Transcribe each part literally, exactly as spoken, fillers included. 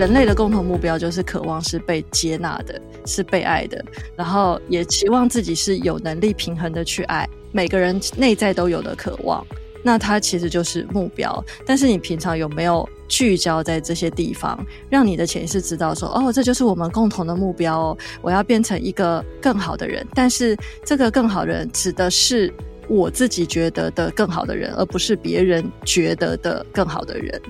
人类的共同目标就是渴望是被接纳的，是被爱的，然后也期望自己是有能力平衡的去爱，每个人内在都有的渴望，那它其实就是目标。但是你平常有没有聚焦在这些地方，让你的潜意识知道说，哦，这就是我们共同的目标哦，我要变成一个更好的人，但是这个更好的人指的是我自己觉得的更好的人，而不是别人觉得的更好的人。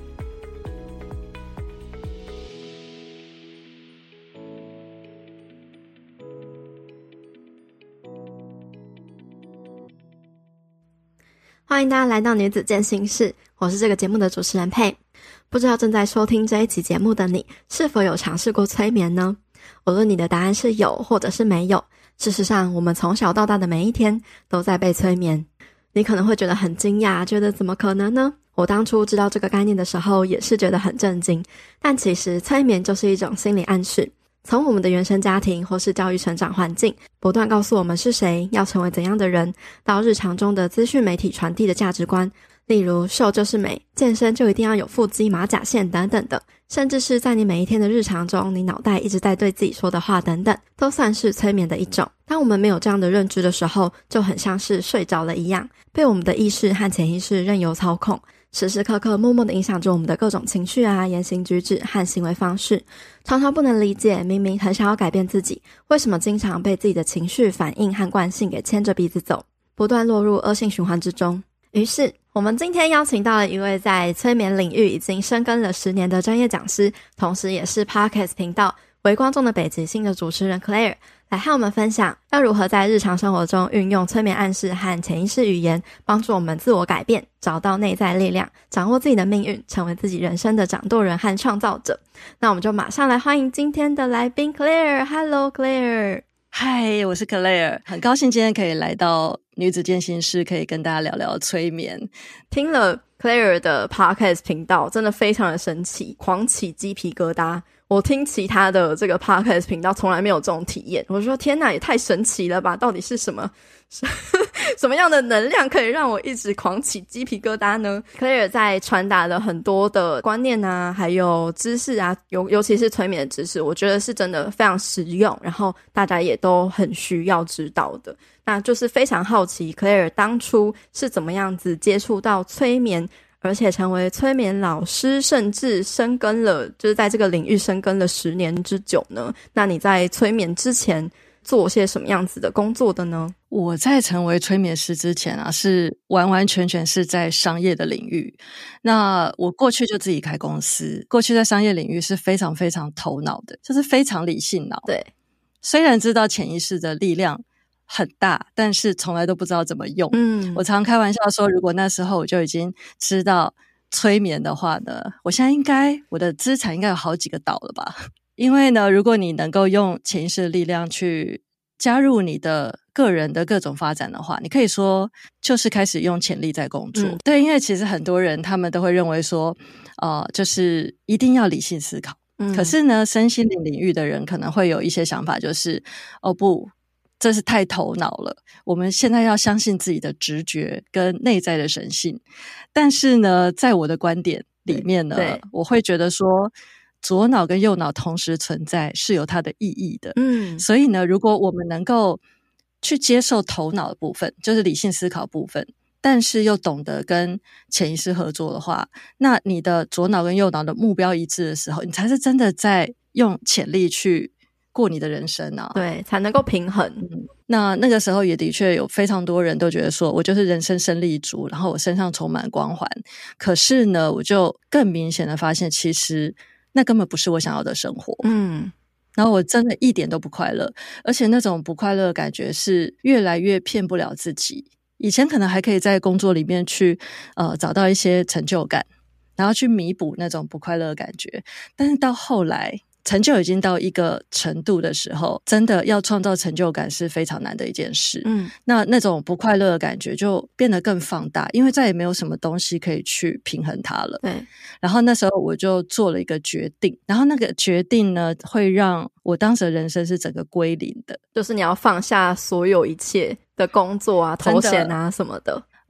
欢迎大家来到女子健心室，我是这个节目的主持人佩。不知道正在收听这一期节目的你，是否有尝试过催眠呢？无论你的答案是有或者是没有，事实上我们从小到大的每一天都在被催眠。你可能会觉得很惊讶，觉得怎么可能呢？我当初知道这个概念的时候也是觉得很震惊，但其实催眠就是一种心理暗示，从我们的原生家庭或是教育成长环境不断告诉我们是谁，要成为怎样的人，到日常中的资讯媒体传递的价值观，例如瘦就是美，健身就一定要有腹肌马甲线等等的，甚至是在你每一天的日常中你脑袋一直在对自己说的话等等，都算是催眠的一种。当我们没有这样的认知的时候，就很像是睡着了一样，被我们的意识和潜意识任由操控，时时刻刻默默地影响着我们的各种情绪啊、言行举止和行为方式，常常不能理解明明很想要改变自己，为什么经常被自己的情绪反应和惯性给牵着鼻子走，不断落入恶性循环之中。于是我们今天邀请到了一位在催眠领域已经深耕了十年的专业讲师，同时也是 Podcast 频道微光中的北极星的主持人 Claire， 来和我们分享要如何在日常生活中运用催眠暗示和潜意识语言，帮助我们自我改变，找到内在力量，掌握自己的命运，成为自己人生的掌舵人和创造者。那我们就马上来欢迎今天的来宾 Claire。 Hello Claire。 嗨，我是 Claire， 很高兴今天可以来到女子健心室，可以跟大家聊聊催眠。 听了 Claire 的 Podcast 频道真的非常的神奇，狂起鸡皮疙瘩。我听其他的这个 Podcast 频道从来没有这种体验，我说天哪，也太神奇了吧，到底是什么什么样的能量可以让我一直狂起鸡皮疙瘩呢？ Claire 在传达了很多的观念啊，还有知识啊，尤尤其是催眠的知识，我觉得是真的非常实用，然后大家也都很需要知道的。那就是非常好奇 Claire 当初是怎么样子接触到催眠，而且成为催眠老师，甚至深耕了，就是在这个领域深耕了十年之久呢？那你在催眠之前做些什么样子的工作的呢？ 我在成为催眠师之前啊，是完完全全是在商业的领域。那我过去就自己开公司，过去在商业领域是非常非常头脑的，就是非常理性脑。 对， 虽然知道潜意识的力量很大，但是从来都不知道怎么用。嗯，我常开玩笑说，如果那时候我就已经知道催眠的话呢，我现在应该我的资产应该有好几个岛了吧。因为呢，如果你能够用潜意识的力量去加入你的个人的各种发展的话，你可以说就是开始用潜力在工作。嗯，对，因为其实很多人他们都会认为说呃，就是一定要理性思考。嗯，可是呢，身心灵领域的人可能会有一些想法，就是哦不，这是太头脑了，我们现在要相信自己的直觉跟内在的神性。但是呢，在我的观点里面呢，我会觉得说左脑跟右脑同时存在是有它的意义的。嗯，所以呢，如果我们能够去接受头脑的部分，就是理性思考部分，但是又懂得跟潜意识合作的话，那你的左脑跟右脑的目标一致的时候，你才是真的在用潜力去过你的人生啊。 对，才能够平衡。 嗯，那那个时候也的确有非常多人都觉得说我就是人生胜利组，然后我身上充满光环。可是呢，我就更明显的发现，其实那根本不是我想要的生活。嗯，然后我真的一点都不快乐，而且那种不快乐的感觉是越来越骗不了自己。以前可能还可以在工作里面去呃找到一些成就感，然后去弥补那种不快乐的感觉，但是到后来成就已经到一个程度的时候，真的要创造成就感是非常难的一件事。嗯，那那种不快乐的感觉就变得更放大，因为再也没有什么东西可以去平衡它了。对，然后那时候我就做了一个决定，然后那个决定呢，会让我当时的人生是整个归零的， 就是你要放下所有一切的工作啊、头衔啊什么的。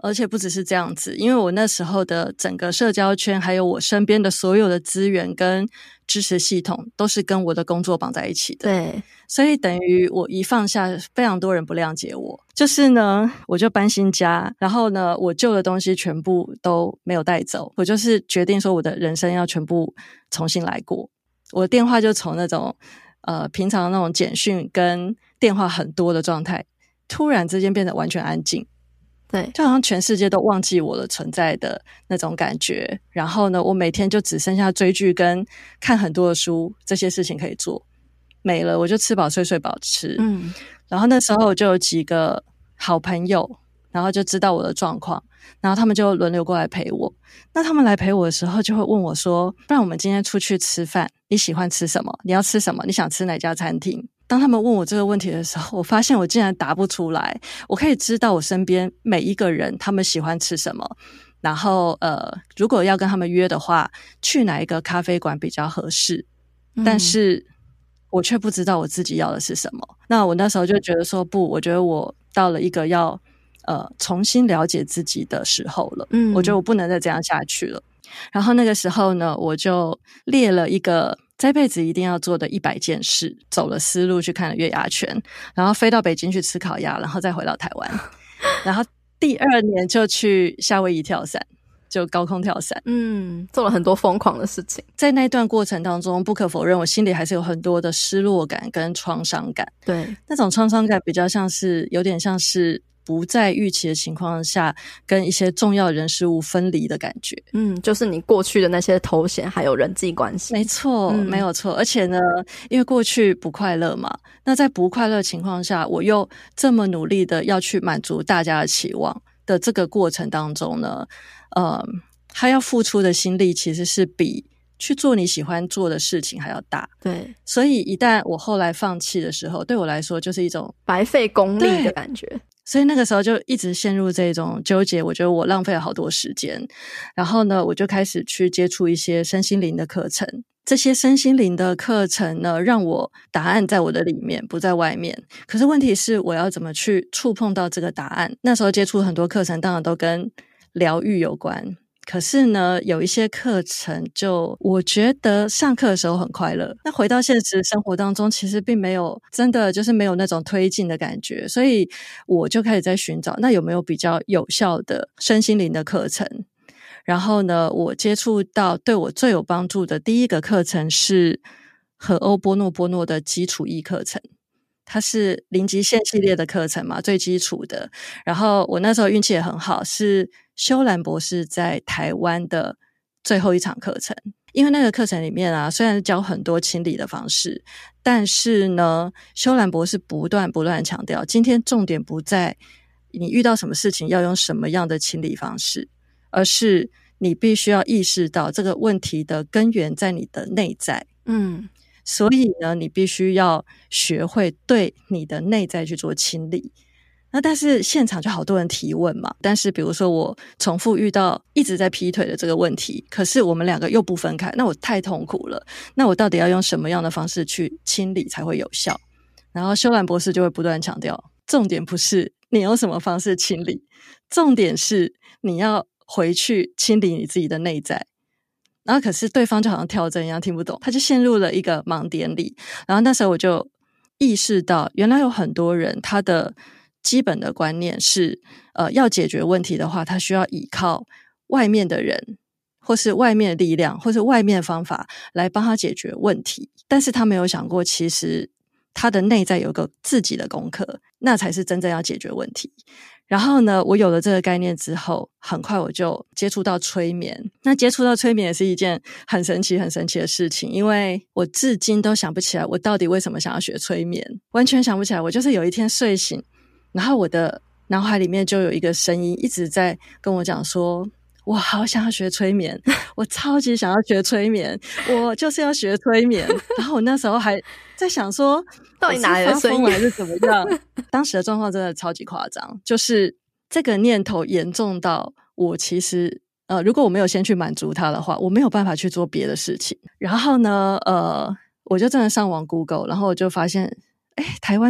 而且不只是这样子，因为我那时候的整个社交圈还有我身边的所有的资源跟支持系统都是跟我的工作绑在一起的。 对， 所以等于我一放下，非常多人不谅解我。就是呢，我就搬新家，然后呢，我旧的东西全部都没有带走，我就是决定说我的人生要全部重新来过。我的电话就从那种呃平常那种简讯跟电话很多的状态，突然之间变得完全安静。 对， 就好像全世界都忘记我的存在的那种感觉。然后呢，我每天就只剩下追剧跟看很多的书，这些事情可以做。没了，我就吃饱睡睡饱吃。嗯，然后那时候我就有几个好朋友，然后就知道我的状况，然后他们就轮流过来陪我。那他们来陪我的时候，就会问我说：“不然我们今天出去吃饭，你喜欢吃什么？你要吃什么？你想吃哪家餐厅？”当他们问我这个问题的时候，我发现我竟然答不出来。我可以知道我身边每一个人他们喜欢吃什么，然后呃，如果要跟他们约的话，去哪一个咖啡馆比较合适，嗯，但是我却不知道我自己要的是什么。那我那时候就觉得说，不，我觉得我到了一个要呃重新了解自己的时候了。嗯，我觉得我不能再这样下去了。然后那个时候呢，我就列了一个这辈子一定要做的一百件事，走了丝路去看了月牙泉，然后飞到北京去吃烤鸭，然后再回到台湾。然后第二年就去夏威夷跳伞，就高空跳伞。 嗯，做了很多疯狂的事情。 在那段过程当中，不可否认我心里还是有很多的失落感跟创伤感。 对， 那种创伤感比较像是有点像是不在预期的情况下跟一些重要人事物分离的感觉。 嗯，就是你过去的那些头衔还有人际关系。 没错，嗯，没有错。而且呢，因为过去不快乐嘛，那在不快乐的情况下，我又这么努力的要去满足大家的期望的这个过程当中呢，呃，他要付出的心力其实是比去做你喜欢做的事情还要大。 对， 所以一旦我后来放弃的时候，对我来说就是一种白费功力的感觉。 所以那个时候就一直陷入这种纠结，我觉得我浪费了好多时间。然后呢，我就开始去接触一些身心灵的课程。这些身心灵的课程呢，让我答案在我的里面，不在外面。可是问题是，我要怎么去触碰到这个答案？那时候接触很多课程，当然都跟疗愈有关。可是呢，有一些课程就我觉得上课的时候很快乐，那回到现实生活当中其实并没有真的就是没有那种推进的感觉，所以我就开始在寻找那有没有比较有效的身心灵的课程。然后呢，我接触到对我最有帮助的第一个课程是荷欧波诺波诺的基础一课程，它是零极限系列的课程嘛，最基础的。然后我那时候运气也很好，是修兰博士在台湾的最后一场课程。因为那个课程里面啊，虽然教很多清理的方式，但是呢，修兰博士不断不断强调，今天重点不在你遇到什么事情要用什么样的清理方式，而是你必须要意识到这个问题的根源在你的内在。嗯，所以呢，你必须要学会对你的内在去做清理。那但是现场就好多人提问嘛，但是比如说我重复遇到一直在劈腿的这个问题，可是我们两个又不分开，那我太痛苦了，那我到底要用什么样的方式去清理才会有效？然后修兰博士就会不断强调，重点不是你用什么方式清理，重点是你要回去清理你自己的内在。然后可是对方就好像跳针一样听不懂，他就陷入了一个盲点里。然后那时候我就意识到，原来有很多人他的基本的观念是呃，要解决问题的话，他需要依靠外面的人或是外面的力量或是外面的方法来帮他解决问题，但是他没有想过其实他的内在有一个自己的功课，那才是真正要解决问题。然后呢，我有了这个概念之后，很快我就接触到催眠。那接触到催眠也是一件很神奇很神奇的事情，因为我至今都想不起来我到底为什么想要学催眠，完全想不起来。我就是有一天睡醒，然后我的脑海里面就有一个声音一直在跟我讲说，我好想要学催眠，我超级想要学催眠，我就是要学催眠。然后我那时候还在想说， 到底哪来的声音还是怎么样？当时的状况真的超级夸张，就是这个念头严重到我其实呃，如果我没有先去满足它的话，我没有办法去做别的事情。然后呢，呃，我就真的上网 Google， 然后我就发现，哎，台湾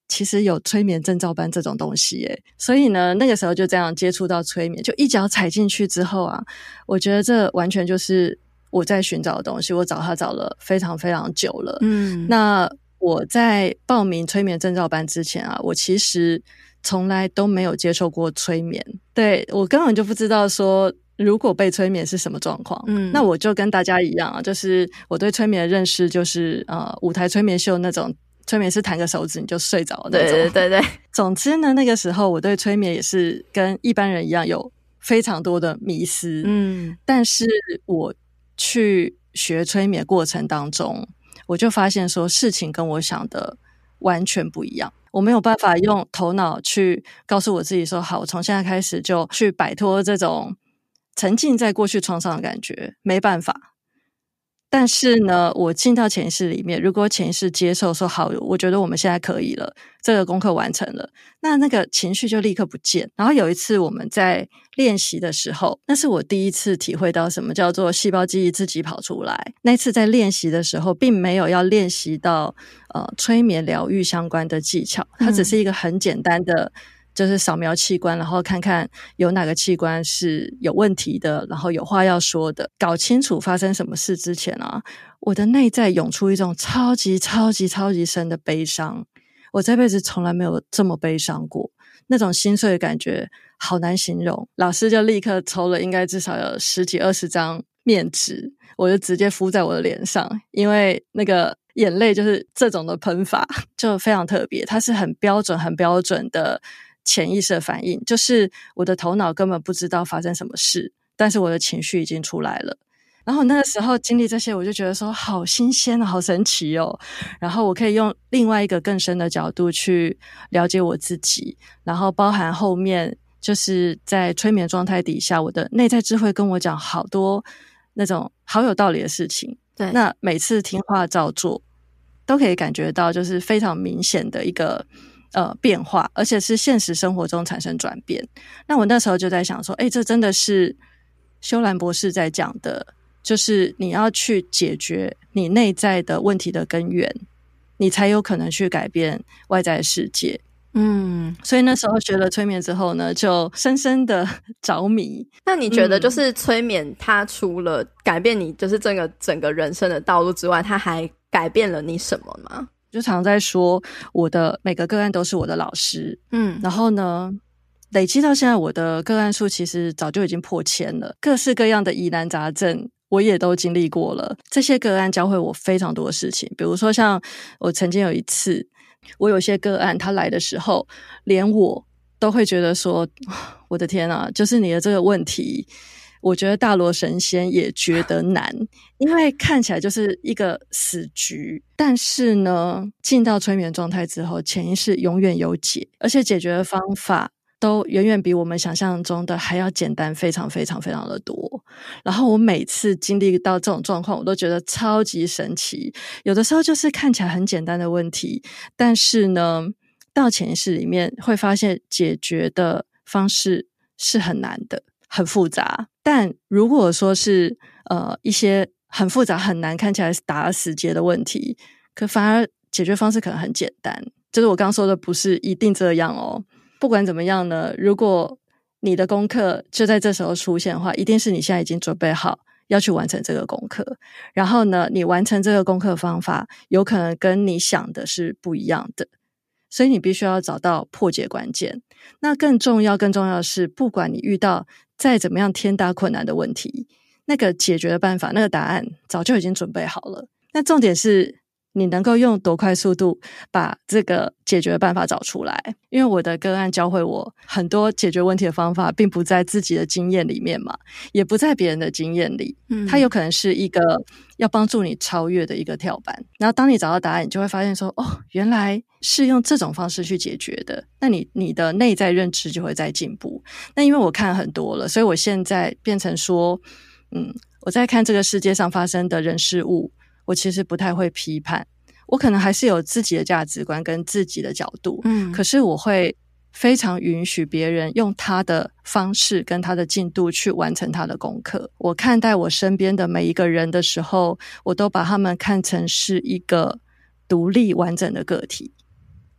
其实有催眠证照班这种东西耶。所以呢那个时候就这样接触到催眠，就一脚踩进去之后啊，我觉得这完全就是我在寻找的东西，我找它找了非常非常久了。嗯，那我在报名催眠证照班之前啊，我其实从来都没有接受过催眠，对，我根本就不知道说如果被催眠是什么状况。嗯，那我就跟大家一样啊，就是我对催眠的认识就是呃，舞台催眠秀那种催眠师弹个手指你就睡着那种。 对对对对。 总之呢，那个时候我对催眠也是跟一般人一样有非常多的迷思。嗯，但是我去学催眠过程当中，我就发现说事情跟我想的完全不一样。我没有办法用头脑去告诉我自己说好，我从现在开始就去摆脱这种沉浸在过去创伤的感觉，没办法。但是呢我进到潜意识里面，如果潜意识接受说好，我觉得我们现在可以了，这个功课完成了，那那个情绪就立刻不见。然后有一次我们在练习的时候，那是我第一次体会到什么叫做细胞记忆自己跑出来。那次在练习的时候并没有要练习到呃催眠疗愈相关的技巧，它只是一个很简单的就是扫描器官，然后看看有哪个器官是有问题的，然后有话要说的。搞清楚发生什么事之前啊，我的内在涌出一种超级超级超级深的悲伤，我这辈子从来没有这么悲伤过，那种心碎的感觉好难形容。老师就立刻抽了应该至少有十几二十张面纸，我就直接敷在我的脸上，因为那个眼泪就是这种的喷法就非常特别，它是很标准很标准的潜意识的反应，就是我的头脑根本不知道发生什么事，但是我的情绪已经出来了。然后那个时候经历这些，我就觉得说好新鲜好神奇哦，然后我可以用另外一个更深的角度去了解我自己，然后包含后面就是在催眠状态底下，我的内在智慧跟我讲好多那种好有道理的事情。对，那每次听话照做都可以感觉到就是非常明显的一个呃变化，而且是现实生活中产生转变。那我那时候就在想说，诶，这真的是修兰博士在讲的，就是你要去解决你内在的问题的根源，你才有可能去改变外在的世界。嗯，所以那时候学了催眠之后呢，就深深的着迷。 那你觉得就是催眠它除了改变你就是整个整个人生的道路之外，它还改变了你什么吗？ 就常在说我的每个个案都是我的老师。嗯，然后呢累积到现在我的个案数其实早就已经破千了，各式各样的疑难杂症我也都经历过了。这些个案教会我非常多的事情，比如说像我曾经有一次，我有些个案他来的时候，连我都会觉得说我的天啊，就是你的这个问题我觉得大罗神仙也觉得难，因为看起来就是一个死局。但是呢进到催眠状态之后，潜意识永远有解，而且解决的方法都远远比我们想象中的还要简单非常非常非常的多。然后我每次经历到这种状况，我都觉得超级神奇。有的时候就是看起来很简单的问题，但是呢到潜意识里面会发现解决的方式是很难的，很复杂。但如果说是呃一些很复杂很难看起来打死结的问题，可反而解决方式可能很简单。就是我刚说的不是一定这样哦。不管怎么样呢，如果你的功课就在这时候出现的话，一定是你现在已经准备好要去完成这个功课。然后呢你完成这个功课方法有可能跟你想的是不一样的，所以你必须要找到破解关键。那更重要更重要的是，不管你遇到再怎么样天大困难的问题，那个解决的办法那个答案早就已经准备好了。那重点是你能够用多快速度把这个解决办法找出来。因为我的个案教会我很多解决问题的方法并不在自己的经验里面嘛，也不在别人的经验里，嗯，它有可能是一个要帮助你超越的一个跳板。然后当你找到答案，你就会发现说哦，原来是用这种方式去解决的，那你你的内在认知就会在进步。那因为我看很多了，所以我现在变成说嗯，我在看这个世界上发生的人事物，我其实不太会批判，我可能还是有自己的价值观跟自己的角度，嗯，可是我会非常允许别人用他的方式跟他的进度去完成他的功课。我看待我身边的每一个人的时候，我都把他们看成是一个独立完整的个体，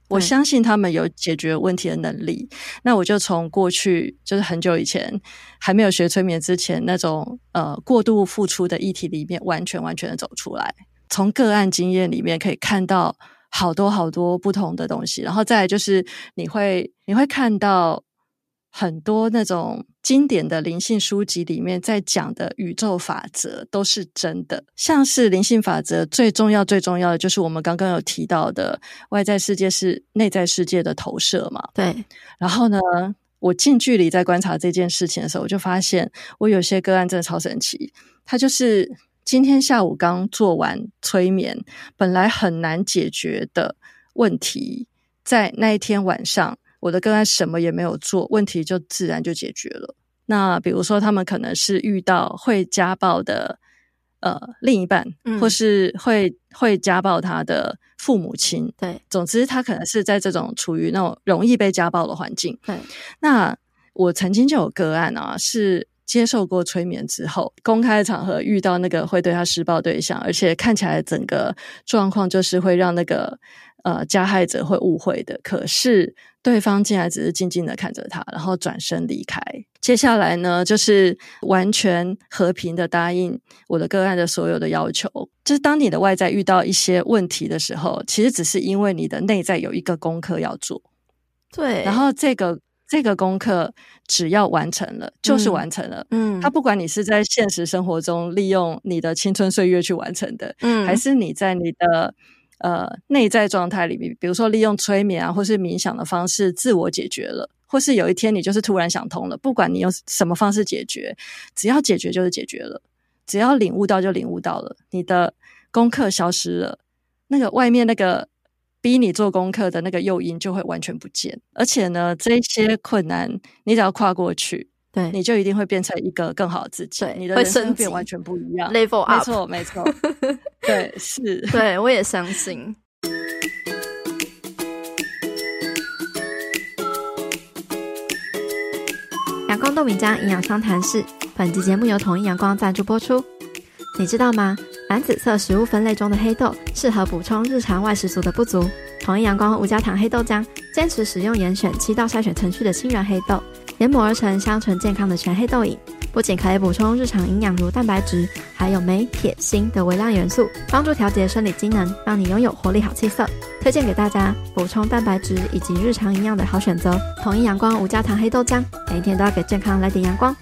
我相信他们有解决问题的能力。那我就从过去就是很久以前还没有学催眠之前那种呃过度付出的议题里面完全完全的走出来，从个案经验里面可以看到好多好多不同的东西。然后再来就是你会你会看到很多那种经典的灵性书籍里面在讲的宇宙法则都是真的，像是灵性法则最重要最重要的就是我们刚刚有提到的外在世界是内在世界的投射嘛。 对。 然后呢，我近距离在观察这件事情的时候，我就发现我有些个案真的超神奇，他就是今天下午刚做完催眠，本来很难解决的问题，在那一天晚上我的个案什么也没有做，问题就自然就解决了。那比如说他们可能是遇到会家暴的呃另一半、嗯、或是会会家暴他的父母亲， 对， 总之他可能是在这种处于那种容易被家暴的环境。 对， 那我曾经就有个案啊，是接受过催眠之后，公开场合遇到那个会对他施暴对象，而且看起来整个状况就是会让那个呃加害者会误会的，可是对方竟然只是静静的看着他，然后转身离开。接下来呢，就是完全和平的答应我的个案的所有的要求。就是当你的外在遇到一些问题的时候，其实只是因为你的内在有一个功课要做。 对， 然后这个这个功课只要完成了就是完成了。嗯，他不管你是在现实生活中利用你的青春岁月去完成的，嗯，还是你在你的呃内在状态里面，比如说利用催眠啊或是冥想的方式自我解决了，或是有一天你就是突然想通了，不管你用什么方式解决，只要解决就是解决了，只要领悟到就领悟到了，你的功课消失了，那个外面那个逼你做功课的那个诱因就会完全不见。而且呢，这些困难你只要跨过去，对，你就一定会变成一个更好的自己，你的人生会变完全不一样 level up。 没错没错对，是， 对，我也相信。阳光豆米浆营养商谈室，本集节目由统一阳光赞助播出。你知道吗？蓝紫色食物分类中的黑豆适合补充日常外食族的不足。统一阳光无加糖黑豆浆坚持使用严选七道筛选程序的清原黑豆，研磨而成香醇健康的全黑豆饮，不仅可以补充日常营养如蛋白质，还有镁、铁、锌的微量元素，帮助调节生理机能，让你拥有活力好气色。推荐给大家补充蛋白质以及日常营养的好选择，统一阳光无加糖黑豆浆，每一天都要给健康来点阳光。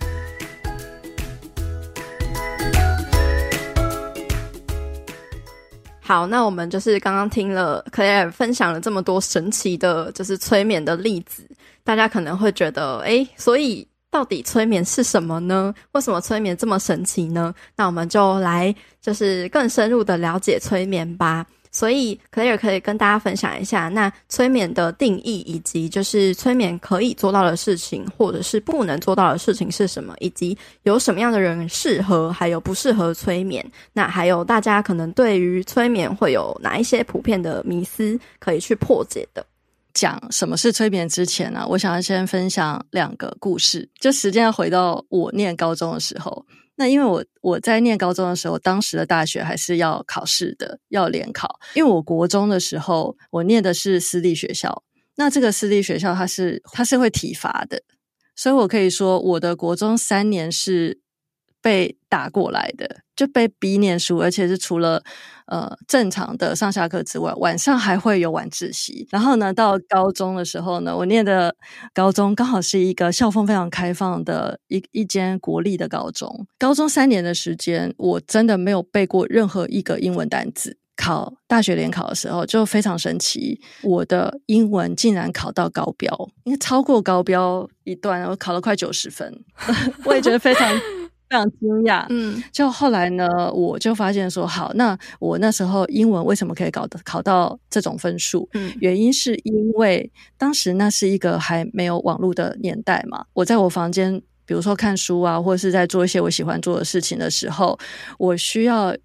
好，那我们就是刚刚听了 Claire 分享了这么多神奇的就是催眠的例子，大家可能会觉得诶，所以到底催眠是什么呢？为什么催眠这么神奇呢？那我们就来就是更深入的了解催眠吧。所以 Claire 可以跟大家分享一下那催眠的定义，以及就是催眠可以做到的事情或者是不能做到的事情是什么，以及有什么样的人适合还有不适合催眠。那还有大家可能对于催眠会有哪一些普遍的迷思可以去破解的。 讲什么是催眠之前呢、啊，我想要先分享两个故事。就时间要回到我念高中的时候，那因为我我在念高中的时候，当时的大学还是要考试的，要联考。因为我国中的时候，我念的是私立学校，那这个私立学校它是它是会体罚的，所以我可以说我的国中三年是被打过来的，就被逼念书，而且是除了呃正常的上下课之外，晚上还会有晚自习。然后呢，到高中的时候呢，我念的高中刚好是一个校风非常开放的一一间国立的高中。高中三年的时间，我真的没有背过任何一个英文单字。考大学联考的时候就非常神奇，我的英文竟然考到高标，因为超过高标一段，我考了快九十分我也觉得非常非常惊讶。嗯，就后来呢，我就发现说，好，那我那时候英文为什么可以考到考到这种分数？嗯，原因是因为当时那是一个还没有网络的年代嘛，我在我房间，比如说看书啊，或者是在做一些我喜欢做的事情的时候，我需要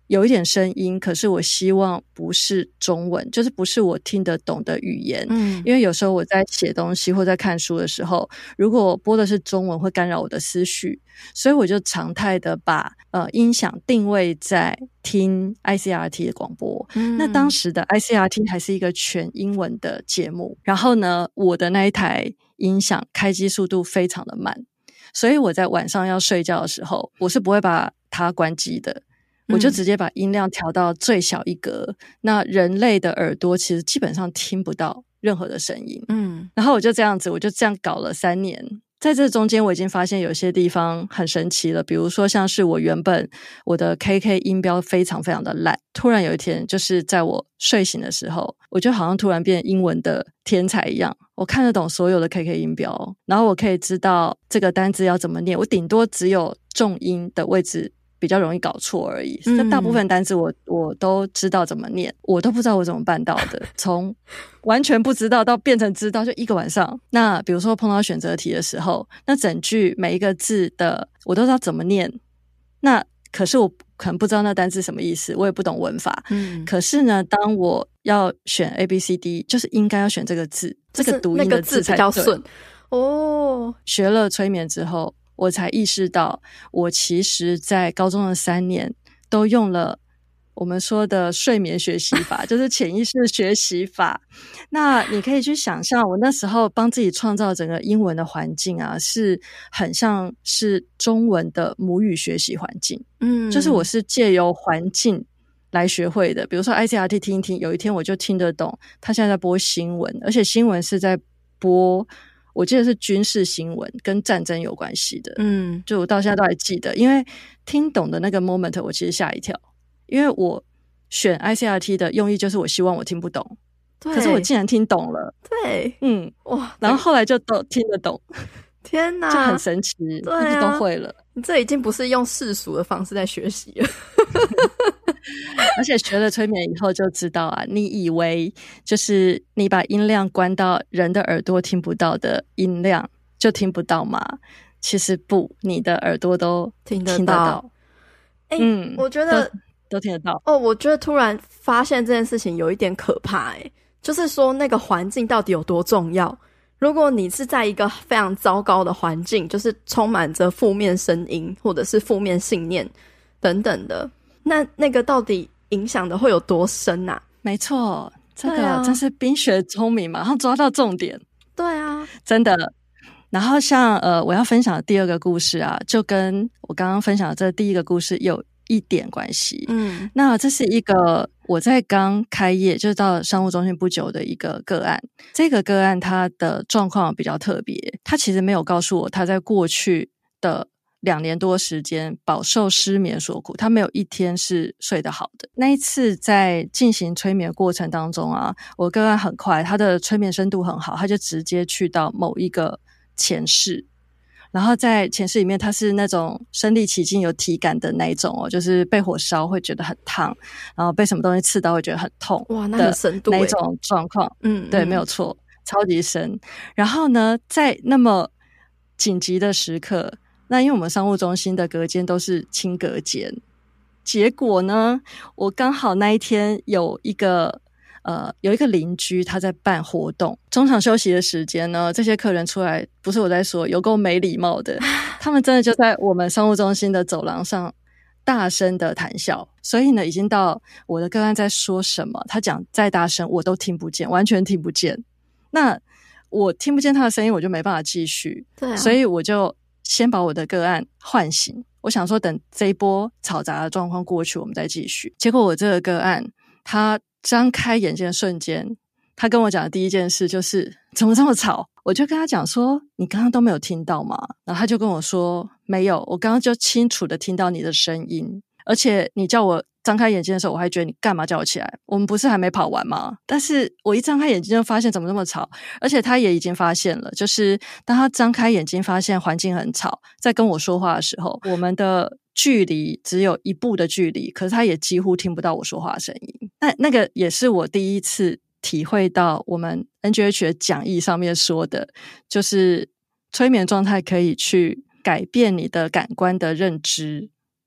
有一点声音，可是我希望不是中文，就是不是我听得懂的语言。嗯，因为有时候我在写东西或在看书的时候，如果播的是中文会干扰我的思绪，所以我就常态的把呃音响定位在听 I C R T 的广播。嗯，那当时的 I C R T 还是一个全英文的节目，然后呢，我的那一台音响开机速度非常的慢，所以我在晚上要睡觉的时候，我是不会把它关机的。我就直接把音量调到最小一格，嗯，那人类的耳朵其实基本上听不到任何的声音。嗯，然后我就这样子，我就这样搞了三年。在这中间我已经发现有些地方很神奇了，比如说像是我原本我的 K K 音标非常非常的烂，突然有一天就是在我睡醒的时候，我就好像突然变英文的天才一样，我看得懂所有的 K K 音标，然后我可以知道这个单字要怎么念，我顶多只有重音的位置比较容易搞错而已，那、嗯、大部分单字我我都知道怎么念，我都不知道我怎么办到的，从完全不知道到变成知道，就一个晚上。那比如说碰到选择题的时候，那整句每一个字的我都知道怎么念，那可是我可能不知道那单字什么意思，我也不懂文法。嗯，可是呢，当我要选 A B C D， 就是应该要选这个字，这个读音的字才对， 那个字比较顺哦。 学了催眠之后，我才意识到我其实在高中的三年都用了我们说的睡眠学习法，就是潜意识学习法。那你可以去想象我那时候帮自己创造整个英文的环境啊，是很像是中文的母语学习环境。嗯，就是我是借由环境来学会的。比如说 I C R T 听一听，有一天我就听得懂他现在在播新闻，而且新闻是在播我记得是军事新闻，跟战争有关系的。嗯，就我到现在都还记得，因为听懂的那个 moment 我其实吓一跳，因为我选 I C R T 的用意就是我希望我听不懂，可是我竟然听懂了。 对， 嗯，哇，然后后来就都听得懂。 天哪， 就很神奇，对啊，就都会了。 你这已经不是用世俗的方式在学习了。 而且学了催眠以后就知道啊，你以为就是你把音量关到人的耳朵听不到的音量就听不到吗？其实不，你的耳朵都听得到。听得到欸，嗯，我觉得都, 都听得到。 哦，我觉得突然发现这件事情有一点可怕，欸，就是说那个环境到底有多重要。如果你是在一个非常糟糕的环境，就是充满着负面声音或者是负面信念等等的，那那个到底影响的会有多深啊？ 没错，这个真是冰雪聪明，马上抓到重点。 对啊， 真的。然后像呃，我要分享的第二个故事啊，就跟我刚刚分享的这第一个故事有一点关系。嗯，那这是一个我在刚开业就是到商务中心不久的一个个案。这个个案他的状况比较特别，他其实没有告诉我他在过去的两年多时间饱受失眠所苦，他没有一天是睡得好的。那一次在进行催眠过程当中啊，我个案很快，他的催眠深度很好，他就直接去到某一个前世，然后在前世里面他是那种身临其境有体感的那一种哦，就是被火烧会觉得很烫，然后被什么东西刺到会觉得很痛， 哇，那很深度耶， 那种状况。嗯，对，没有错，超级深。然后呢，在那么紧急的时刻，那因为我们商务中心的隔间都是轻隔间，结果呢，我刚好那一天有一个呃，有一个邻居他在办活动，中场休息的时间呢，这些客人出来，不是我在说，有够没礼貌的，他们真的就在我们商务中心的走廊上大声的谈笑，所以呢，已经到我的个案在说什么，他讲再大声我都听不见，完全听不见。那我听不见他的声音，我就没办法继续，对啊，所以我就先把我的个案唤醒，我想说等这一波嘈杂的状况过去，我们再继续。结果我这个个案，他张开眼睛的瞬间，他跟我讲的第一件事就是怎么这么吵。我就跟他讲说你刚刚都没有听到吗？然后他就跟我说没有，我刚刚就清楚的听到你的声音，而且你叫我张开眼睛的时候，我还觉得你干嘛叫我起来，我们不是还没跑完吗？但是我一张开眼睛就发现怎么那么吵，而且他也已经发现了，就是当他张开眼睛发现环境很吵，在跟我说话的时候，我们的距离只有一步的距离，可是他也几乎听不到我说话的声音。那那个也是我第一次体会到我们 N G H 的讲义上面说的，就是催眠状态可以去改变你的感官的认知，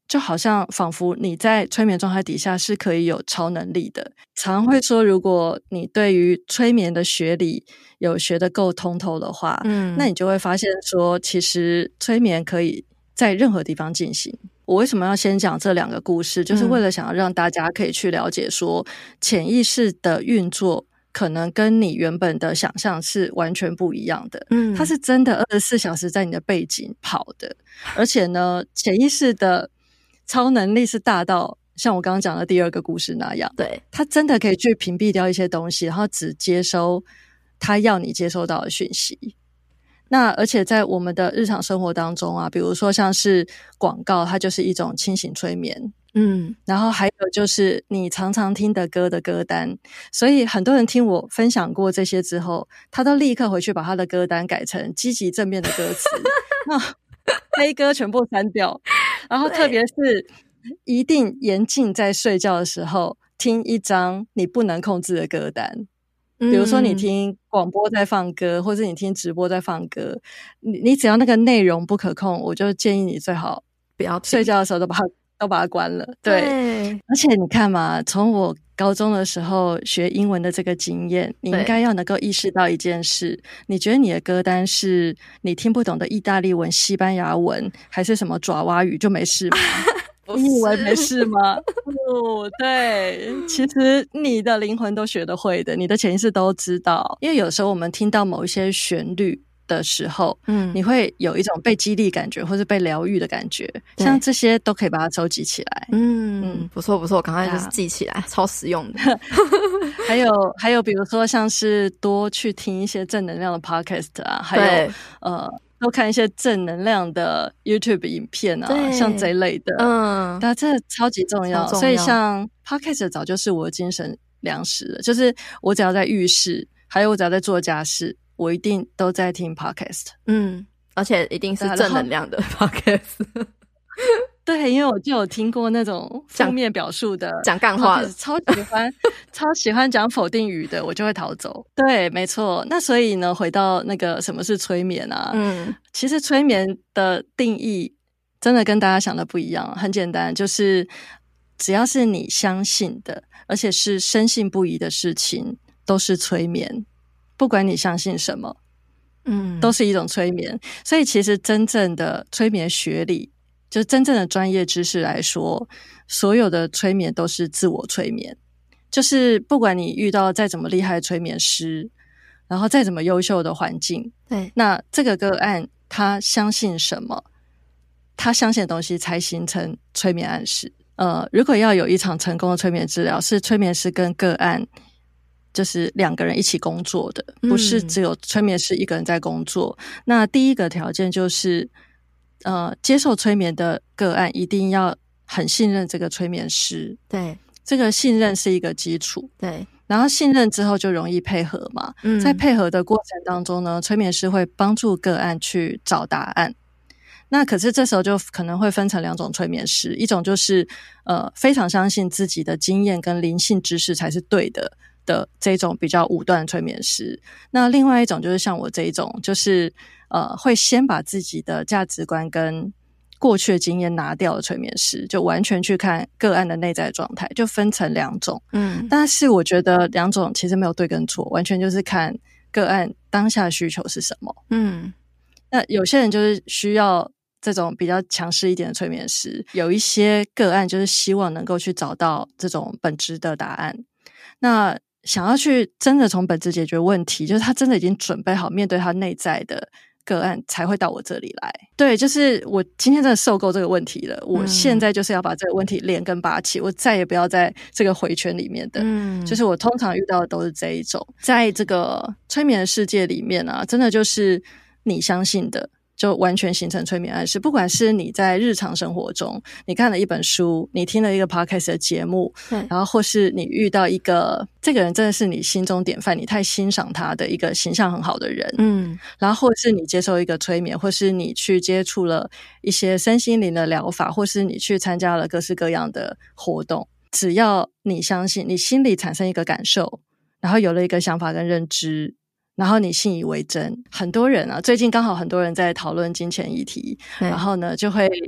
就好像仿佛你在催眠状态底下是可以有超能力的。常会说如果你对于催眠的学理有学得够通透的话，嗯，那你就会发现说其实催眠可以在任何地方进行。我为什么要先讲这两个故事，就是为了想要让大家可以去了解说潜意识的运作可能跟你原本的想象是完全不一样的。嗯，它是真的二十四小时在你的背景跑的，而且呢潜意识的超能力是大到像我刚刚讲的第二个故事那样，对，它真的可以去屏蔽掉一些东西，然后只接收它要你接收到的讯息。那而且在我们的日常生活当中啊，比如说像是广告，它就是一种轻型催眠，嗯，然后还有就是你常常听的歌的歌单，所以很多人听我分享过这些之后，他都立刻回去把他的歌单改成积极正面的歌词，那悲歌全部删掉，然后特别是一定严禁在睡觉的时候听一张你不能控制的歌单。比如说你听广播在放歌，或是你听直播在放歌，你你只要那个内容不可控，我就建议你最好不要睡觉的时候都把它都把它关了。对，对，而且你看嘛，从我高中的时候学英文的这个经验，你应该要能够意识到一件事，你觉得你的歌单是你听不懂的意大利文、西班牙文，还是什么爪哇语就没事吗？你以为没事吗？哦，对，其实你的灵魂都学得会的，你的潜意识都知道。因为有时候我们听到某一些旋律的时候，嗯，你会有一种被激励感觉，或是被疗愈的感觉，像这些都可以把它收集起来。嗯嗯，不错不错，赶快就是记起来，啊，超实用的。 还有还有，比如说像是多去听一些正能量的 podcast 啊，还有呃。多看一些正能量的 YouTube 影片啊，像这一类的，嗯，但这超级重要。重要，所以像 Podcast 早就是我的精神粮食了，就是我只要在浴室，还有我只要在做家事，我一定都在听 Podcast。 嗯，而且一定是正能量的 Podcast。 对，因为我就有听过那种负面表述的讲干话的， 超喜欢超喜欢讲否定语的，我就会逃走。对，没错。那所以呢，回到那个什么是催眠啊？嗯，其实催眠的定义真的跟大家想的不一样，很简单，就是只要是你相信的，而且是深信不疑的事情，都是催眠。不管你相信什么，嗯，都是一种催眠。所以其实真正的催眠学理，就是真正的专业知识来说，所有的催眠都是自我催眠。就是不管你遇到再怎么厉害的催眠师，然后再怎么优秀的环境，对，那这个个案他相信什么，他相信的东西才形成催眠暗示。呃，如果要有一场成功的催眠治疗，是催眠师跟个案就是两个人一起工作的，不是只有催眠师一个人在工作。嗯，那第一个条件就是呃，接受催眠的个案一定要很信任这个催眠师，对，这个信任是一个基础，对，然后信任之后就容易配合嘛，嗯，在配合的过程当中呢，催眠师会帮助个案去找答案。那可是这时候就可能会分成两种催眠师，一种就是呃非常相信自己的经验跟灵性知识才是对的的这种比较武断的催眠师。那另外一种就是像我这一种，就是呃会先把自己的价值观跟过去的经验拿掉的催眠师，就完全去看个案的内在状态，就分成两种。嗯，但是我觉得两种其实没有对跟错，完全就是看个案当下的需求是什么。嗯，那有些人就是需要这种比较强势一点的催眠师，有一些个案就是希望能够去找到这种本质的答案。那想要去真的从本质解决问题，就是他真的已经准备好面对他内在的个案才会到我这里来。对，就是我今天真的受够这个问题了，我现在就是要把这个问题连根拔起，我再也不要在这个回圈里面的。嗯，就是我通常遇到的都是这一种。在这个催眠的世界里面啊，真的就是你相信的就完全形成催眠暗示。不管是你在日常生活中你看了一本书，你听了一个 podcast 的节目，然后或是你遇到一个这个人真的是你心中典范，你太欣赏他的一个形象很好的人，嗯，然后或是你接受一个催眠，或是你去接触了一些身心灵的疗法，或是你去参加了各式各样的活动，只要你相信，你心里产生一个感受，然后有了一个想法跟认知，然后你信以为真。很多人啊，最近刚好很多人在讨论金钱议题，然后呢就会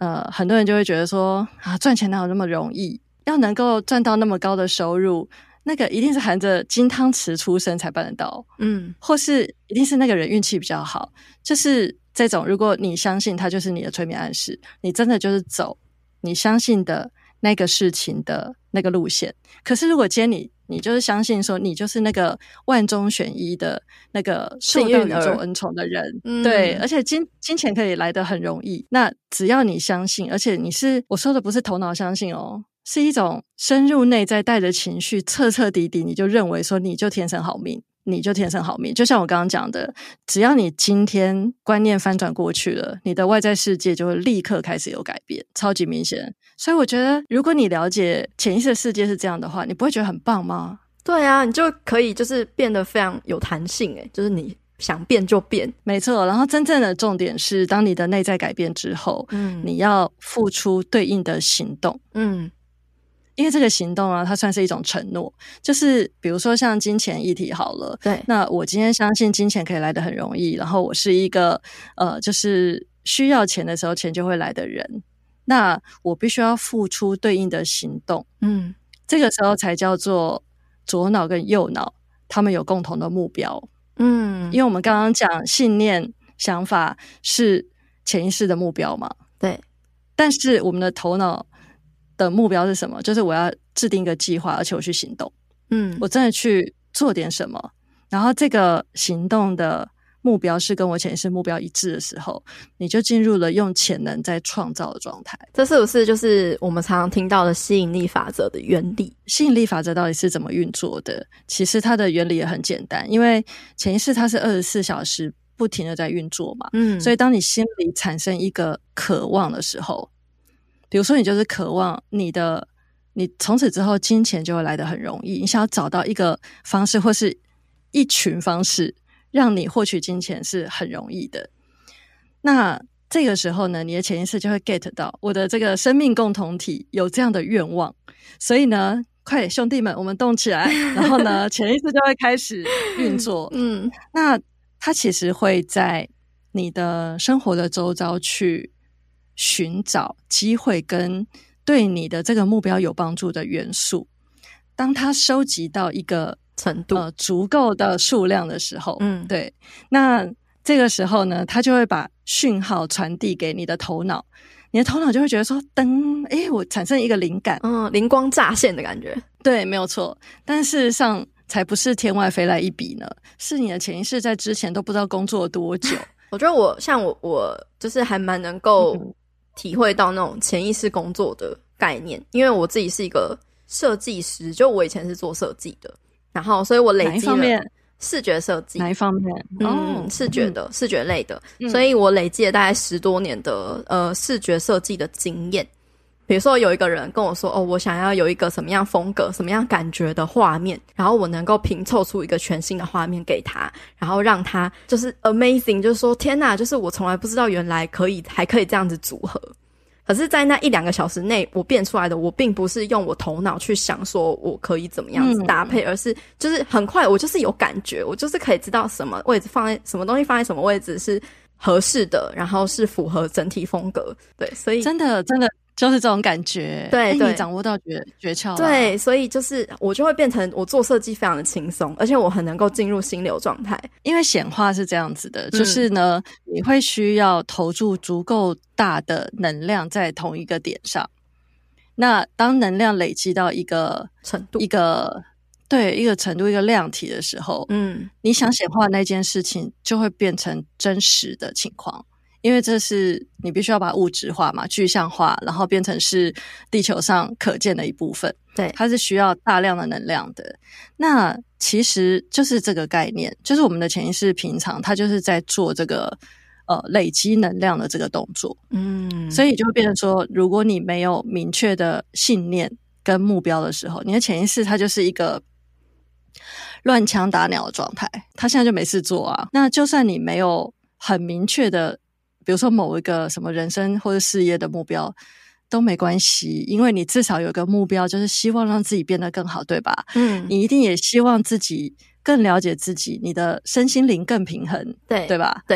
呃，很多人就会觉得说啊，赚钱哪有那么容易？要能够赚到那么高的收入，那个一定是含着金汤匙出生才办得到，嗯，或是一定是那个人运气比较好。就是这种，如果你相信它就是你的催眠暗示，你真的就是走你相信的那个事情的那个路线。可是如果今天你你就是相信说你就是那个万中选一的那个受到宇宙恩宠的人，嗯，对，而且金金钱可以来得很容易，那只要你相信，而且你是我说的不是头脑相信哦，是一种深入内在带着情绪彻彻底底你就认为说你就天生好命，你就天生好命。就像我刚刚讲的，只要你今天观念翻转过去了，你的外在世界就会立刻开始有改变，超级明显。所以我觉得如果你了解潜意识的世界是这样的话，你不会觉得很棒吗？ 对啊，你就可以就是变得非常有弹性耶，就是你想变就变。 没错，然后真正的重点是当你的内在改变之后，嗯，你要付出对应的行动，嗯，因为这个行动啊，它算是一种承诺，就是比如说像金钱议题好了， 对， 那我今天相信金钱可以来得很容易，然后我是一个呃，就是需要钱的时候钱就会来的人，那我必须要付出对应的行动，嗯，这个时候才叫做左脑跟右脑他们有共同的目标，嗯，因为我们刚刚讲信念想法是潜意识的目标嘛， 对， 但是我们的头脑的目标是什么？就是我要制定一个计划，而且我去行动，嗯，我真的去做点什么，然后这个行动的目标是跟我潜意识目标一致的时候，你就进入了用潜能在创造的状态。 这是不是就是我们常常听到的吸引力法则的原理？ 吸引力法则到底是怎么运作的？其实它的原理也很简单，因为潜意识它是二十四小时不停的在运作嘛，嗯，所以当你心里产生一个渴望的时候，比如说你就是渴望你的你从此之后金钱就会来得很容易，你想要找到一个方式或是一群方式让你获取金钱是很容易的，那这个时候呢，你的潜意识就会 get 到我的这个生命共同体有这样的愿望，所以呢快点兄弟们我们动起来，然后呢潜意识就会开始运作，嗯，那它其实会在你的生活的周遭去寻找机会跟对你的这个目标有帮助的元素，当它收集到一个程度、 呃、足够的数量的时候，嗯，对，那这个时候呢，它就会把讯号传递给你的头脑，你的头脑就会觉得说噔，诶，我产生一个灵感， 嗯，灵光乍现的感觉， 对，没有错，但事实上才不是天外飞来一笔呢，是你的潜意识在之前都不知道工作了多久。 我觉得我像我我就是还蛮能够体会到那种潜意识工作的概念，因为我自己是一个设计师，就我以前是做设计的，然后所以我累积了视觉设计。 哪一方面？ 嗯，哦、视觉的、嗯、视觉类的、嗯，所以我累积了大概十多年的呃视觉设计的经验。比如说有一个人跟我说，哦，我想要有一个什么样风格、什么样感觉的画面，然后我能够拼凑出一个全新的画面给他，然后让他就是 amazing， 就是说天哪，就是我从来不知道原来可以还可以这样子组合。可是在那一两个小时内我变出来的，我并不是用我头脑去想说我可以怎么样子搭配、嗯、而是就是很快我就是有感觉，我就是可以知道什么位置放在什么东西放在什么位置是合适的，然后是符合整体风格。对，所以真的真的就是这种感觉， 对对， 你掌握到诀诀窍。 对，所以就是我就会变成我做设计非常的轻松，而且我很能够进入心流状态。 因为显化是这样子的，就是呢、嗯、你会需要投注足够大的能量在同一个点上，那当能量累积到一个程度， 一个对一个程度一个量体的时候，嗯，你想显化那件事情就会变成真实的情况，因为这是你必须要把物质化嘛，具象化，然后变成是地球上可见的一部分。 对， 它是需要大量的能量的。那其实就是这个概念，就是我们的潜意识平常它就是在做这个呃累积能量的这个动作。嗯，所以就会变成说，如果你没有明确的信念跟目标的时候，你的潜意识它就是一个乱枪打鸟的状态，它现在就没事做啊。那就算你没有很明确的比如说某一个什么人生或者事业的目标都没关系，因为你至少有个目标，就是希望让自己变得更好，对吧？嗯，你一定也希望自己更了解自己，你的身心灵更平衡， 对对吧？ 对，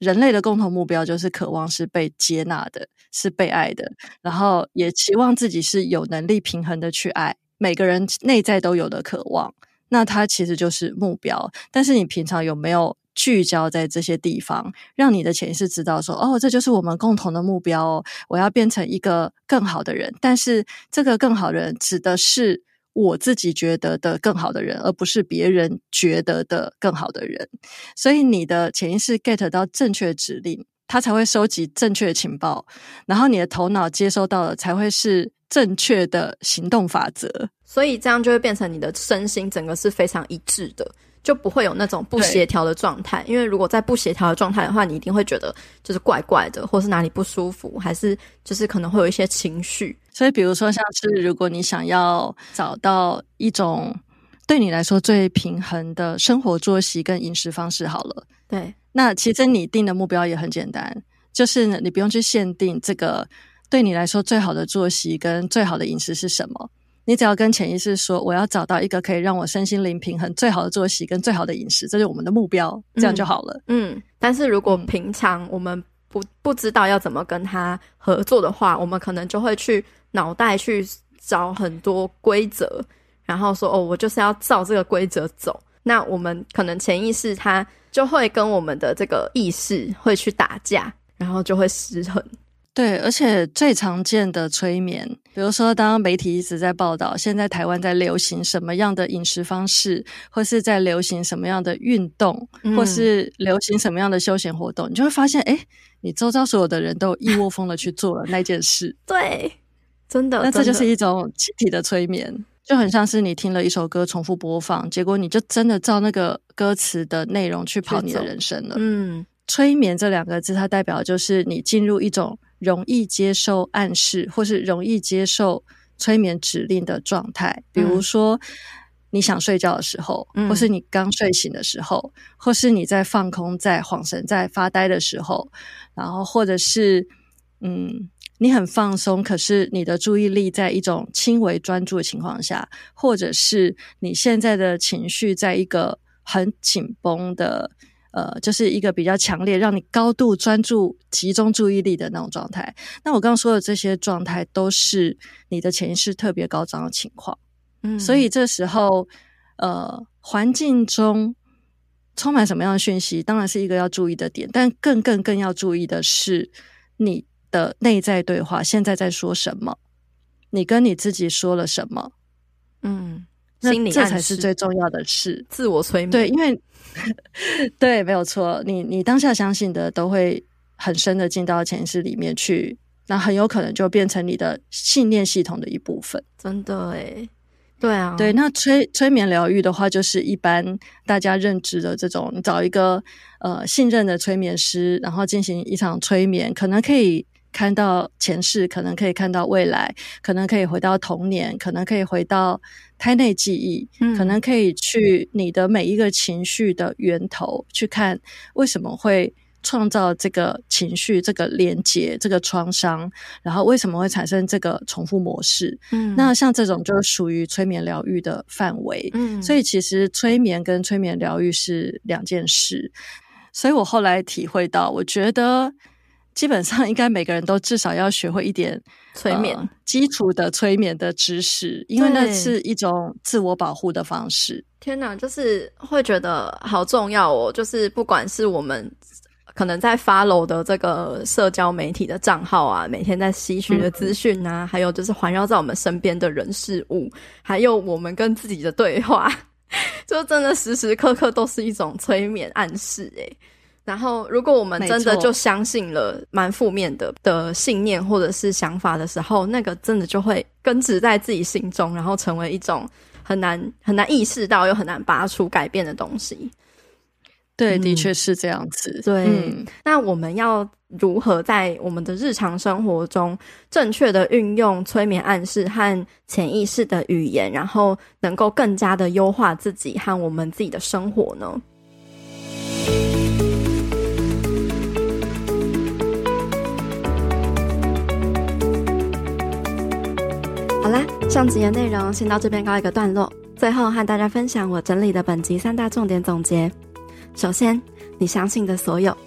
人类的共同目标就是渴望是被接纳的，是被爱的，然后也期望自己是有能力平衡的去爱，每个人内在都有的渴望，那它其实就是目标。但是你平常有没有聚焦在这些地方，让你的潜意识知道说，哦，这就是我们共同的目标哦，我要变成一个更好的人，但是这个更好的人指的是我自己觉得的更好的人，而不是别人觉得的更好的人。所以你的潜意识 get 到正确的指令，它才会收集正确的情报，然后你的头脑接收到的才会是正确的行动法则。 所以这样就会变成你的身心整个是非常一致的，就不会有那种不协调的状态。因为如果在不协调的状态的话，你一定会觉得就是怪怪的，或是哪里不舒服，还是就是可能会有一些情绪。 所以比如说像是如果你想要找到一种对你来说最平衡的生活作息跟饮食方式好了， 对， 那其实你定的目标也很简单，就是你不用去限定这个对你来说最好的作息跟最好的饮食是什么，你只要跟潜意识说我要找到一个可以让我身心灵平衡最好的作息跟最好的饮食，这是我们的目标，这样就好了。 嗯，嗯，但是如果平常我们不不知道要怎么跟他合作的话，我们可能就会去脑袋去找很多规则，然后说哦，我就是要照这个规则走。那我们可能潜意识它就会跟我们的这个意识会去打架，然后就会失衡。 对，而且最常见的催眠，比如说当媒体一直在报道现在台湾在流行什么样的饮食方式，或是在流行什么样的运动、嗯、或是流行什么样的休闲活动，你就会发现诶，你周遭所有的人都一窝蜂的去做了那件事。 对，真的， 那这就是一种集体的催眠，就很像是你听了一首歌重复播放，结果你就真的照那个歌词的内容去跑你的人生了。嗯，催眠这两个字它代表的就是你进入一种容易接受暗示或是容易接受催眠指令的状态，比如说你想睡觉的时候、嗯、或是你刚睡醒的时候，或是你在放空在恍神在发呆的时候，然后或者是嗯你很放松，可是你的注意力在一种轻微专注的情况下，或者是你现在的情绪在一个很紧绷的呃，就是一个比较强烈让你高度专注集中注意力的那种状态。那我刚刚说的这些状态都是你的潜意识特别高涨的情况。嗯，所以这时候呃，环境中充满什么样的讯息当然是一个要注意的点，但更更更要注意的是你的内在对话现在在说什么，你跟你自己说了什么。嗯，心理暗示，这才是最重要的事。 自我催眠。 对，因为对，没有错，你你当下相信的都会很深的进到潜意识里面去，那很有可能就变成你的信念系统的一部分。 真的耶，对啊， 对。那催催眠疗愈的话，就是一般大家认知的这种，你找一个呃信任的催眠师，然后进行一场催眠，可能可以看到前世，可能可以看到未来，可能可以回到童年，可能可以回到胎内记忆、嗯、可能可以去你的每一个情绪的源头去看为什么会创造这个情绪，这个连结，这个创伤，然后为什么会产生这个重复模式。嗯，那像这种就属于催眠疗愈的范围。嗯，所以其实催眠跟催眠疗愈是两件事。所以我后来体会到，我觉得基本上应该每个人都至少要学会一点催眠、 呃、基础的催眠的知识，因为那是一种自我保护的方式。 天哪，就是会觉得好重要哦，就是不管是我们可能在 follow 的这个社交媒体的账号啊，每天在吸取的资讯啊、嗯、还有就是环绕在我们身边的人事物，还有我们跟自己的对话，就真的时时刻刻都是一种催眠暗示耶。然后如果我们真的就相信了蛮负面的的信念或者是想法的时候，那个真的就会根植在自己心中，然后成为一种很难很难意识到又很难拔出改变的东西。 对，的确是这样子。 对、嗯，那我们要如何在我们的日常生活中正确的运用催眠暗示和潜意识的语言，然后能够更加的优化自己和我们自己的生活呢？好啦，上集的内容先到这边告一个段落。最后和大家分享我整理的本集三大重点总结。首先，你相信的所有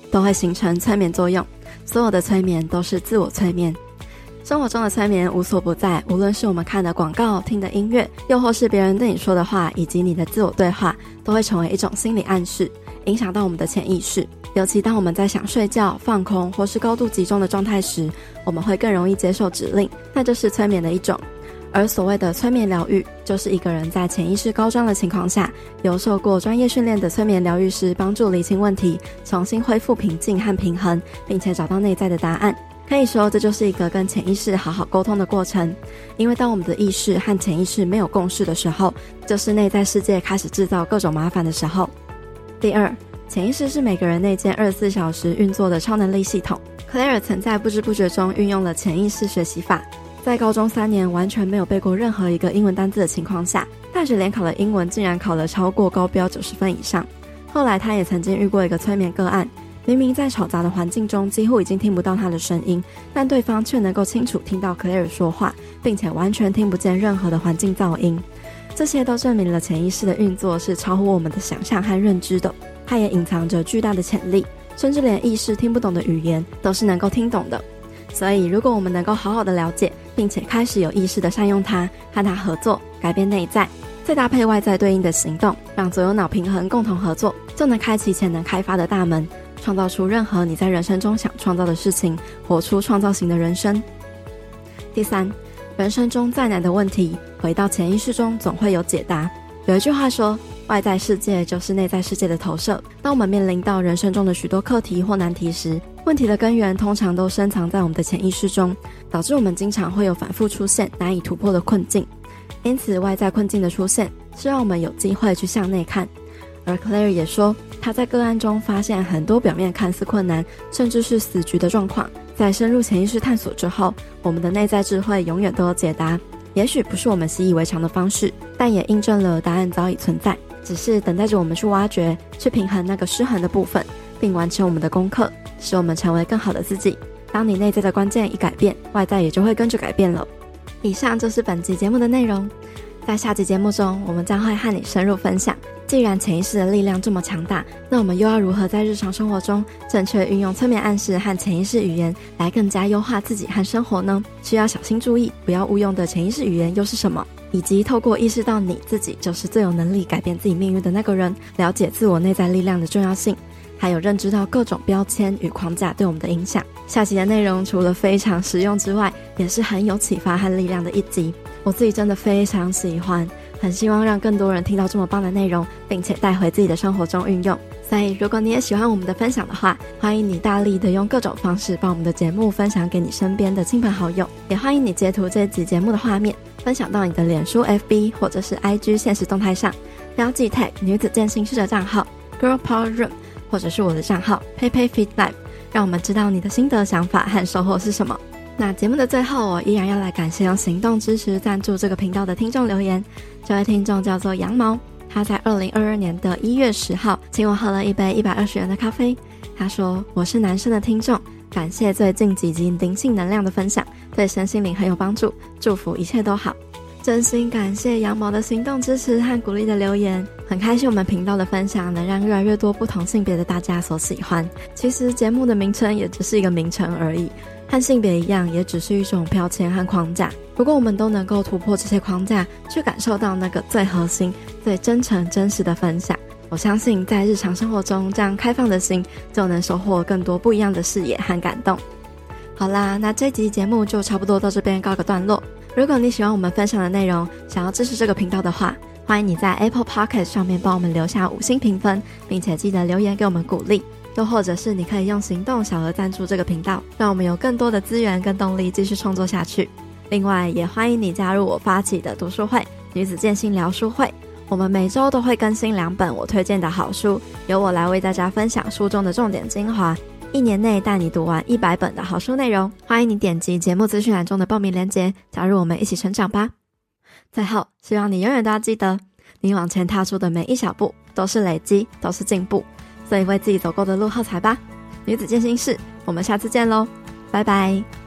都会形成催眠作用，所有的催眠都是自我催眠。生活中的催眠无所不在，无论是我们看的广告、听的音乐，又或是别人对你说的话，以及你的自我对话，都会成为一种心理暗示，影响到我们的潜意识。尤其当我们在想睡觉、放空或是高度集中的状态时，我们会更容易接受指令，那就是催眠的一种。而所谓的催眠疗愈，就是一个人在潜意识高涨的情况下，由受过专业训练的催眠疗愈师帮助厘清问题，重新恢复平静和平衡，并且找到内在的答案。可以说，这就是一个跟潜意识好好沟通的过程。因为当我们的意识和潜意识没有共识的时候，就是内在世界开始制造各种麻烦的时候。第二，潜意识是每个人内建二十四小时运作的超能力系统。 Claire 曾在不知不觉中运用了潜意识学习法，在高中三年完全没有背过任何一个英文单字的情况下，大学联考的英文竟然考了超过高标九十分以上。后来他也曾经遇过一个催眠个案，明明在吵杂的环境中几乎已经听不到他的声音，但对方却能够清楚听到 Claire 说话，并且完全听不见任何的环境噪音。这些都证明了潜意识的运作是超乎我们的想象和认知的，它也隐藏着巨大的潜力，甚至连意识听不懂的语言都是能够听懂的。所以如果我们能够好好的了解，并且开始有意识的善用它，和它合作，改变内在，再搭配外在对应的行动，让左右脑平衡共同合作，就能开启潜能开发的大门，创造出任何你在人生中想创造的事情，活出创造型的人生。第三，人生中再难的问题，回到潜意识中总会有解答。有一句话说，外在世界就是内在世界的投射。当我们面临到人生中的许多课题或难题时，问题的根源通常都深藏在我们的潜意识中，导致我们经常会有反复出现难以突破的困境。因此外在困境的出现是让我们有机会去向内看。而 Claire 也说，她在个案中发现很多表面看似困难甚至是死局的状况，在深入潜意识探索之后，我们的内在智慧永远都有解答。也许不是我们习以为常的方式，但也印证了答案早已存在，只是等待着我们去挖掘，去平衡那个失衡的部分，并完成我们的功课，使我们成为更好的自己。当你内在的关键一改变，外在也就会跟着改变了。以上就是本集节目的内容。在下集节目中，我们将会和你深入分享，既然潜意识的力量这么强大，那我们又要如何在日常生活中正确运用催眠暗示和潜意识语言来更加优化自己和生活呢？需要小心注意不要误用的潜意识语言又是什么？以及透过意识到你自己就是最有能力改变自己命运的那个人，了解自我内在力量的重要性，还有认知到各种标签与框架对我们的影响。下集的内容除了非常实用之外，也是很有启发和力量的一集，我自己真的非常喜欢，很希望让更多人听到这么棒的内容，并且带回自己的生活中运用。所以如果你也喜欢我们的分享的话，欢迎你大力的用各种方式把我们的节目分享给你身边的亲朋好友，也欢迎你截图这集节目的画面分享到你的脸书 F B 或者是 I G 限时动态上，标记 tag 女子健心室的账号 Girl Power Room 或者是我的账号 PayPay Fit Life， 让我们知道你的心得想法和收获是什么。那节目的最后，我依然要来感谢用行动支持赞助这个频道的听众留言。这位听众叫做羊毛，他在二零二二年的一月十号请我喝了一杯一百二十元的咖啡。他说，我是男生的听众，感谢最近几集灵性能量的分享，对身心灵很有帮助，祝福一切都好。真心感谢羊毛的行动支持和鼓励的留言，很开心我们频道的分享能让越来越多不同性别的大家所喜欢。其实节目的名称也只是一个名称而已，和性别一样，也只是一种标签和框架。如果我们都能够突破这些框架，去感受到那个最核心、最真诚、真实的分享，我相信在日常生活中，这样开放的心就能收获更多不一样的视野和感动。好啦，那这集节目就差不多到这边告个段落。如果你喜欢我们分享的内容，想要支持这个频道的话，欢迎你在 Apple Podcast 上面帮我们留下五星评分，并且记得留言给我们鼓励。又或者是你可以用行动小额赞助这个频道，让我们有更多的资源跟动力继续创作下去。另外也欢迎你加入我发起的读书会女子健心聊书会，我们每周都会更新两本我推荐的好书，由我来为大家分享书中的重点精华，一年内带你读完一百本的好书内容。欢迎你点击节目资讯栏中的报名链接，加入我们一起成长吧。最后，希望你永远都要记得，你往前踏出的每一小步都是累积，都是进步，所以为自己走过的路喝彩吧。女子健心室，我们下次见咯，拜拜。